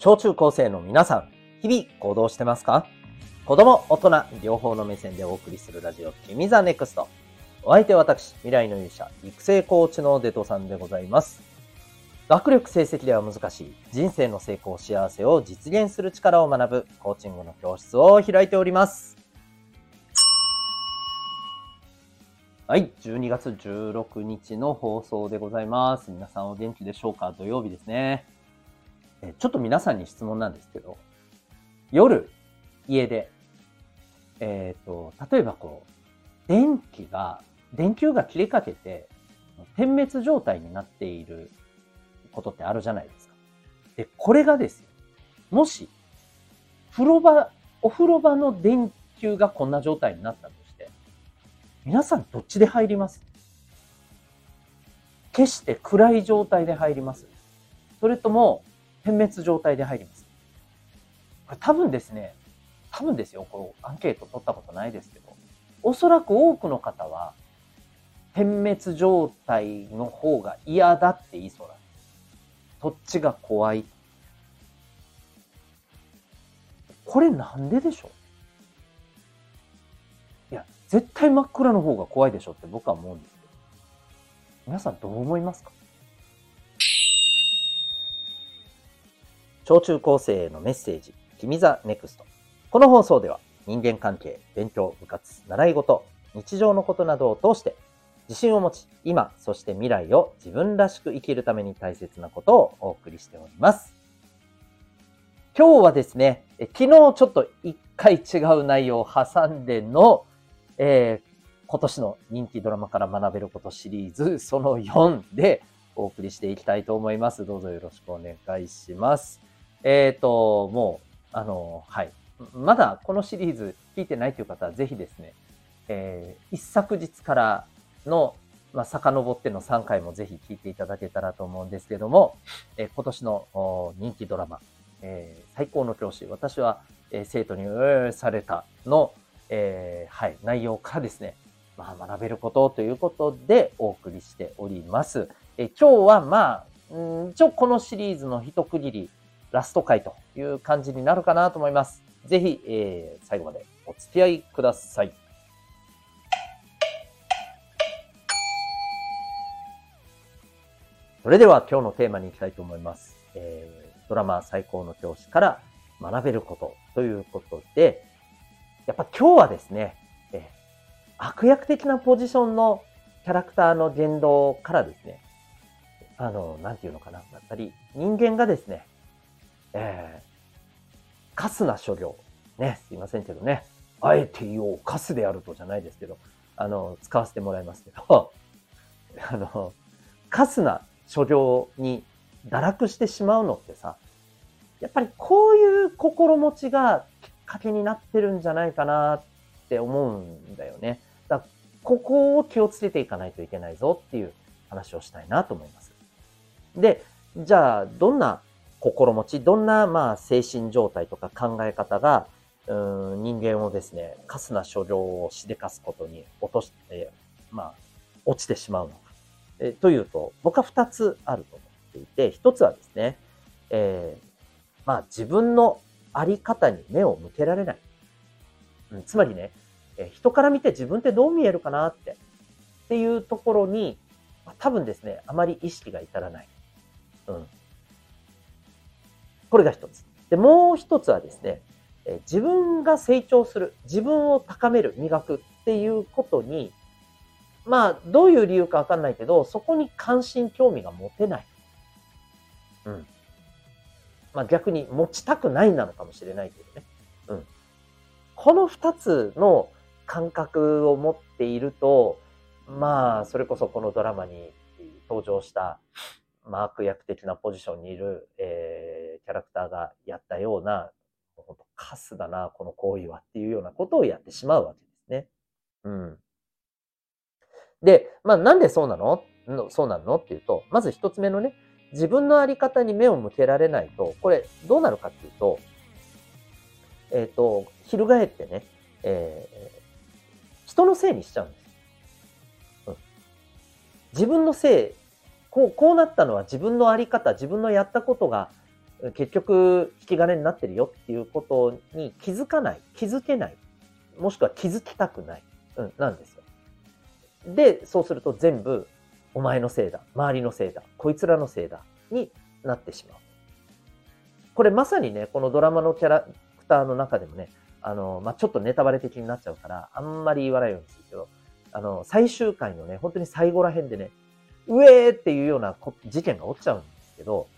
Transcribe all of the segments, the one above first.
小中高生の皆さん、日々行動してますか？子供、大人、両方の目線でお送りするラジオ、君ザネクスト。お相手は私、未来の勇者、育成コーチのデトさんでございます。学力成績では難しい人生の成功幸せを実現する力を学ぶコーチングの教室を開いております。はい、12月16日の放送でございます。皆さんお元気でしょうか？土曜日ですね。ちょっと皆さんに質問なんですけど、夜、家で、例えば電球が切れかけて、点滅状態になっていることってあるじゃないですか。で、これがですよ、もし、お風呂場の電球がこんな状態になったとして、皆さんどっちで入ります？消して暗い状態で入ります？それとも、点滅状態で入ります？これ多分ですよ、アンケート取ったことないですけど、おそらく多くの方は、点滅状態の方が嫌だって言いそうなんです。そっちが怖い。これなんででしょう？いや、絶対真っ暗の方が怖いでしょって僕は思うんですけど、皆さんどう思いますか？小中高生へのメッセージ、君ザネクスト。この放送では人間関係、勉強、部活、習い事、日常のことなどを通して自信を持ち、今、そして未来を自分らしく生きるために大切なことをお送りしております。今日はですね、昨日ちょっと一回違う内容を挟んでの、今年の人気ドラマから学べることシリーズその4でお送りしていきたいと思います。どうぞよろしくお願いします。もう、はい。まだこのシリーズ聞いてないという方はぜひですね、一昨日からの、遡っての3回もぜひ聞いていただけたらと思うんですけども、今年の人気ドラマ、最高の教師、私は、生徒にされたの、はい、内容からですね、学べることということでお送りしております。今日は一応このシリーズの一区切り、ラスト回という感じになるかなと思います。ぜひ、最後までお付き合いください。それでは今日のテーマに行きたいと思います。ドラマ最高の教師から学べることということで、やっぱ今日はですね、悪役的なポジションのキャラクターの言動からですね、なんていうのかな、やっぱり人間がですね、カスな所業。ね、すいませんけどね。あえて言おう、カスであるとじゃないですけど、使わせてもらいますけど、カスな所業に堕落してしまうのってさ、やっぱりこういう心持ちがきっかけになってるんじゃないかなって思うんだよね。だからここを気をつけていかないといけないぞっていう話をしたいなと思います。で、じゃあ、どんな心持ち、どんな精神状態とか考え方が、人間をですね、カスな所業をしでかすことに落ちてしまうのか。というと、僕は2つあると思っていて、1つはですね、自分のあり方に目を向けられない。つまりね、人から見て自分ってどう見えるかなっていうところに、多分ですね、あまり意識が至らない。これが一つ。で、もう一つはですね、自分が成長する、自分を高める、磨くっていうことに、どういう理由かわかんないけど、そこに関心、興味が持てない。逆に持ちたくないなのかもしれないけどね。この二つの感覚を持っていると、それこそこのドラマに登場した、悪役的なポジションにいる、キャラクターがやったような、本当カスだな、この行為はっていうようなことをやってしまうわけですね。で、なんでそうなのっていうと、まず一つ目のね、自分のあり方に目を向けられないと、これどうなるかっていうと、翻ってね、人のせいにしちゃうんです。自分のせい、こうなったのは自分のあり方、自分のやったことが、 結局引き金になってるよっていうことに気づかない、気づけない、もしくは気づきたくない、なんですよ。で、そうすると全部お前のせいだ、周りのせいだ、こいつらのせいだになってしまう。これまさにね、このドラマのキャラクターの中でもね、ちょっとネタバレ的になっちゃうから、あんまり言わないようにするけど、最終回のね、本当に最後ら辺でね、うえーっていうような事件が起きちゃうんですけど、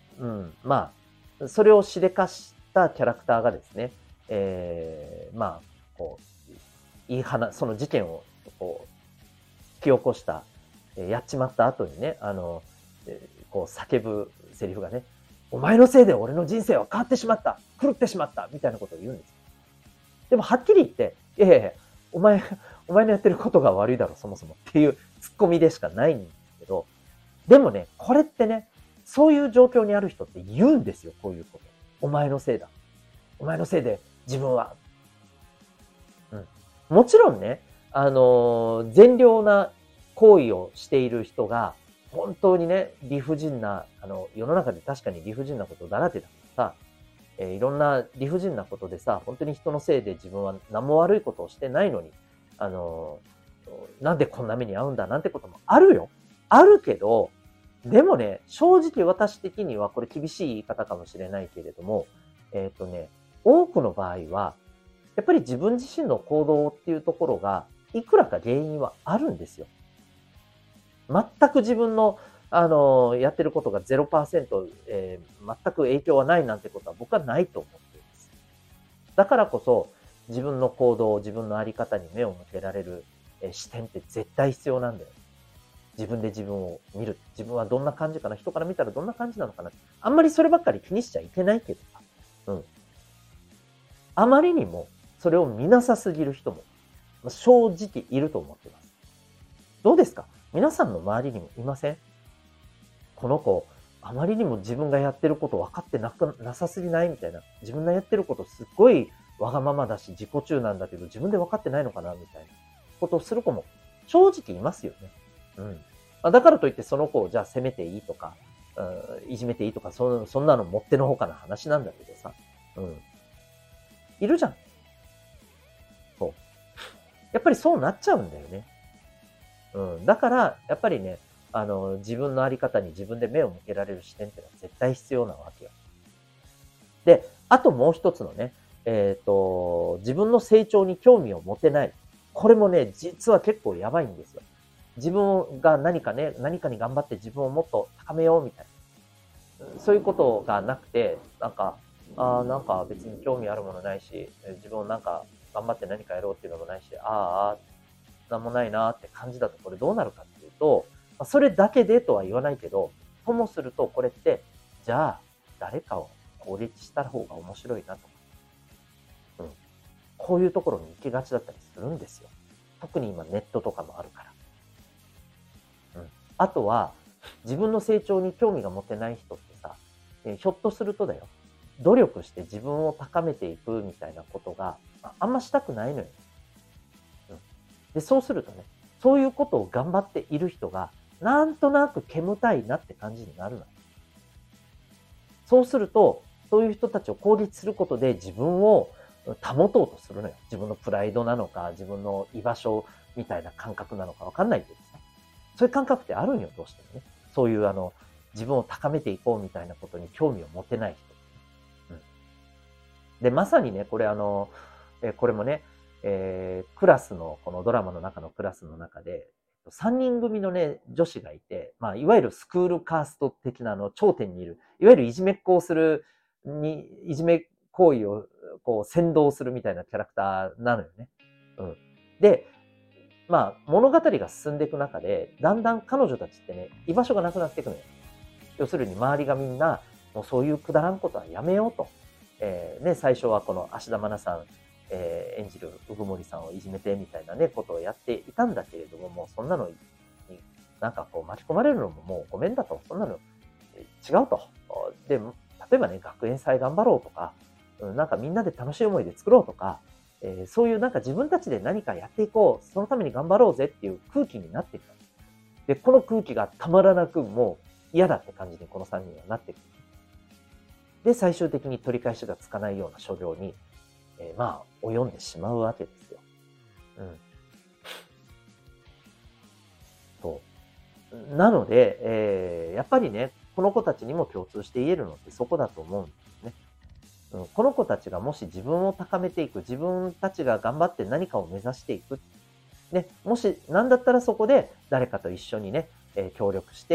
それをしでかしたキャラクターがですね、こう、その事件を、こう、引き起こした、やっちまった後にね、こう叫ぶセリフがね、お前のせいで俺の人生は変わってしまった、狂ってしまった、みたいなことを言うんです。でもはっきり言って、いやいやいや、お前のやってることが悪いだろ、そもそもっていうツッコミでしかないんですけど、でもね、これってね、そういう状況にある人って言うんですよ、こういうこと。お前のせいだ。お前のせいで自分は。うん。もちろんね、善良な行為をしている人が、本当にね、理不尽な、世の中で確かに理不尽なことだらけだからさ、いろんな理不尽なことでさ、本当に人のせいで自分は何も悪いことをしてないのに、あの、なんでこんな目に遭うんだなんてこともあるよ。あるけど、でもね、正直私的には、これ厳しい言い方かもしれないけれども、多くの場合は、やっぱり自分自身の行動っていうところが、いくらか原因はあるんですよ。全く自分の、やってることが0%、全く影響はないなんてことは僕はないと思っています。だからこそ、自分の行動、自分のあり方に目を向けられる、視点って絶対必要なんだよ。自分で自分を見る。自分はどんな感じかな、人から見たらどんな感じなのかな。あんまりそればっかり気にしちゃいけないけどさ。うん。あまりにもそれを見なさすぎる人も正直いると思ってます。どうですか？皆さんの周りにもいません？この子、あまりにも自分がやってること分かってなさすぎないみたいな。自分がやってることすっごいわがままだし自己中なんだけど自分で分かってないのかなみたいなことをする子も正直いますよね。うん。だからといってその子をじゃあ責めていいとか、いじめていいとか、そんなのもってのほかな話なんだけどさ。うん。いるじゃん。そう。やっぱりそうなっちゃうんだよね。うん。だから、やっぱりね、自分のあり方に自分で目を向けられる視点っていうのは絶対必要なわけよ。で、あともう一つのね、自分の成長に興味を持てない。これもね、実は結構やばいんですよ。自分が何かに頑張って自分をもっと高めようみたいな。そういうことがなくて、なんか別に興味あるものないし、自分をなんか頑張って何かやろうっていうのもないし、なんもないなって感じだとこれどうなるかっていうと、それだけでとは言わないけど、ともするとこれって、じゃあ誰かを攻撃した方が面白いなとか、うん、こういうところに行きがちだったりするんですよ。特に今ネットとかもあるから。うん。あとは、自分の成長に興味が持てない人ってさ、ひょっとするとだよ、努力して自分を高めていくみたいなことがあんましたくないのよ。うん。で、そうするとね、そういうことを頑張っている人が、なんとなく煙たいなって感じになるの。そうすると、そういう人たちを攻撃することで自分を保とうとするのよ。自分のプライドなのか、自分の居場所みたいな感覚なのかわかんないけどさ。そういう感覚ってあるんよ、どうしてもね。そういう自分を高めていこうみたいなことに興味を持てない人。うん。で、まさにね、これこれもね、クラスの、このドラマの中のクラスの中で、3人組のね、女子がいて、いわゆるスクールカースト的な頂点にいる、いわゆるいじめっ子をする、いじめ行為をこう先導するみたいなキャラクターなのよね。うん。で、物語が進んでいく中で、だんだん彼女たちってね、居場所がなくなっていくのよ。要するに周りがみんな、もうそういうくだらんことはやめようと。最初はこの芦田愛菜さん、演じる鵜久森さんをいじめてみたいなね、ことをやっていたんだけれども、もうそんなのになんかこう巻き込まれるのももうごめんだと。そんなの違うと。で、例えばね、学園祭頑張ろうとか、なんかみんなで楽しい思いで作ろうとか、そういうなんか自分たちで何かやっていこう、そのために頑張ろうぜっていう空気になってきた。で、この空気がたまらなくもう嫌だって感じにこの3人はなってくる。 で、最終的に取り返しがつかないような所業に、及んでしまうわけですよ。そう。なので、やっぱりね、この子たちにも共通して言えるのってそこだと思うんですね。この子たちがもし自分を高めていく、自分たちが頑張って何かを目指していく。ね、もし、なんだったらそこで誰かと一緒にね、協力して、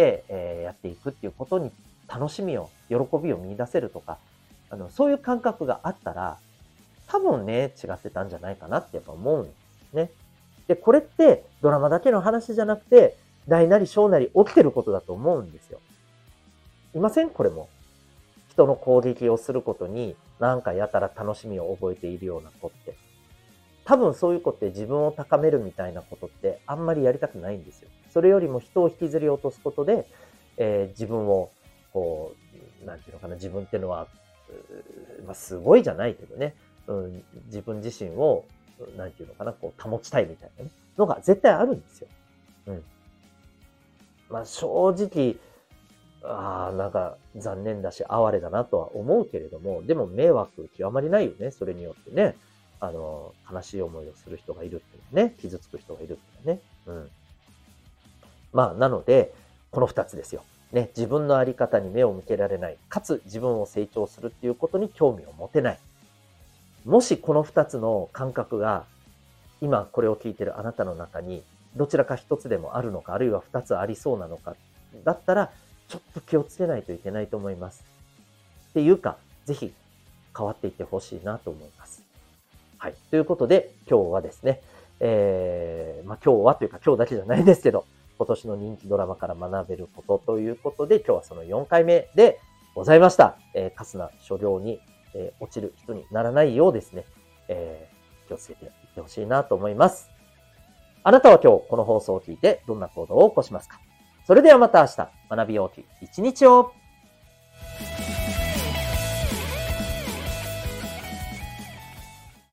やっていくっていうことに楽しみを、喜びを見出せるとか、そういう感覚があったら、多分ね、違ってたんじゃないかなってやっぱ思うんですね。で、これってドラマだけの話じゃなくて、大なり小なり起きてることだと思うんですよ。いませんこれも。人の攻撃をすることになんかやたら楽しみを覚えているような子って。多分そういう子って自分を高めるみたいなことってあんまりやりたくないんですよ。それよりも人を引きずり落とすことで、自分を、こう、なんていうのかな、自分っていうのは、すごいじゃないけどね、自分自身を、なんていうのかな、こう保ちたいみたいなね、のが絶対あるんですよ。うん。正直、なんか残念だし、哀れだなとは思うけれども、でも迷惑極まりないよね、それによってね。悲しい思いをする人がいるっていうのはね、傷つく人がいるっていうのはね。なので、この二つですよ。ね、自分のあり方に目を向けられない、かつ自分を成長するっていうことに興味を持てない。もしこの二つの感覚が、今これを聞いてるあなたの中に、どちらか一つでもあるのか、あるいは二つありそうなのか、だったら、ちょっと気をつけないといけないと思います。っていうか、ぜひ変わっていってほしいなと思います。はい。ということで、今日はですね、今日はというか今日だけじゃないですけど、今年の人気ドラマから学べることということで、今日はその4回目でございました。カスな所業に、落ちる人にならないようですね、気をつけていってほしいなと思います。あなたは今日この放送を聞いてどんな行動を起こしますか？それではまた明日、学びようき一日を